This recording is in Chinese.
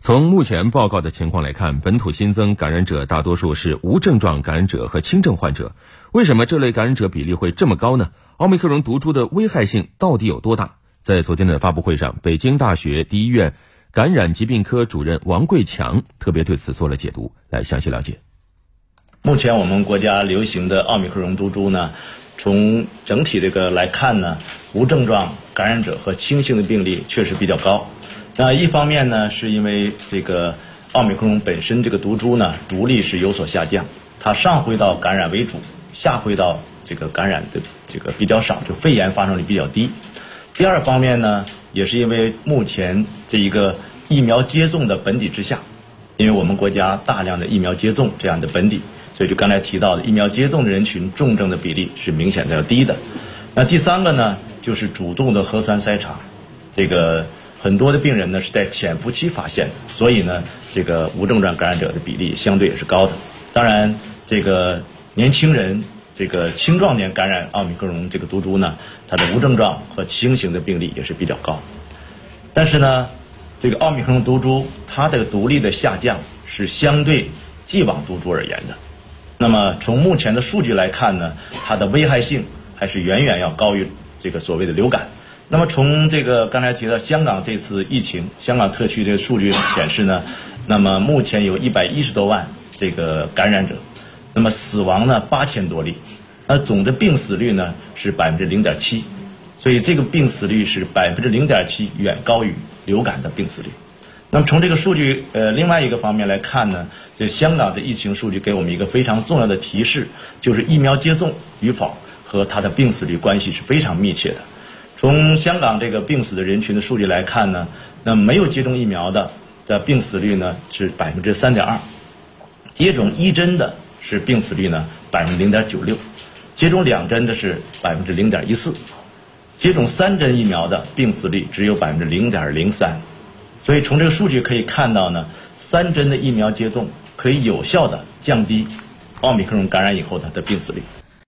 从目前报告的情况来看，本土新增感染者大多数是无症状感染者和轻症患者。为什么这类感染者比例会这么高呢？奥密克戎毒株的危害性到底有多大？在昨天的发布会上，北京大学第一医院感染疾病科主任王贵强特别对此做了解读，来详细了解。 目前我们国家流行的奥密克戎毒株呢，从整体这个来看呢，无症状感染者和轻性的病例确实比较高。那一方面呢，是因为这个奥密克戎本身这个毒株呢，毒力是有所下降，它上挥到感染为主，下挥到这个感染的这个比较少，就肺炎发生率比较低。第二方面呢，也是因为目前这一个疫苗接种的本底之下，因为我们国家大量的疫苗接种这样的本底，所以就刚才提到的疫苗接种的人群重症的比例是明显的要低的。那第三个呢，就是主动的核酸筛查，这个很多的病人呢是在潜伏期发现的，所以呢，这个无症状感染者的比例相对也是高的。当然，这个年轻人、这个青壮年感染奥密克戎这个毒株呢，它的无症状和轻型的病例也是比较高。但是呢，这个奥密克戎毒株它的毒力的下降是相对既往毒株而言的。那么从目前的数据来看呢，它的危害性还是远远要高于这个所谓的流感。那么从这个刚才提到香港这次疫情，香港特区的数据显示呢，那么目前有110多万这个感染者，那么死亡呢8000多例，那总的病死率呢是0.7%，所以这个病死率是0.7%，远高于流感的病死率。那么从这个数据另外一个方面来看呢，这香港的疫情数据给我们一个非常重要的提示，就是疫苗接种与否和它的病死率关系是非常密切的。从香港这个病死的人群的数据来看呢，那没有接种疫苗的病死率呢是3.2%，接种1针的是病死率呢0.96%，接种2针的是0.14%，接种3针疫苗的病死率只有0.03%。所以从这个数据可以看到呢，3针的疫苗接种可以有效的降低奥密克戎感染以后的病死率。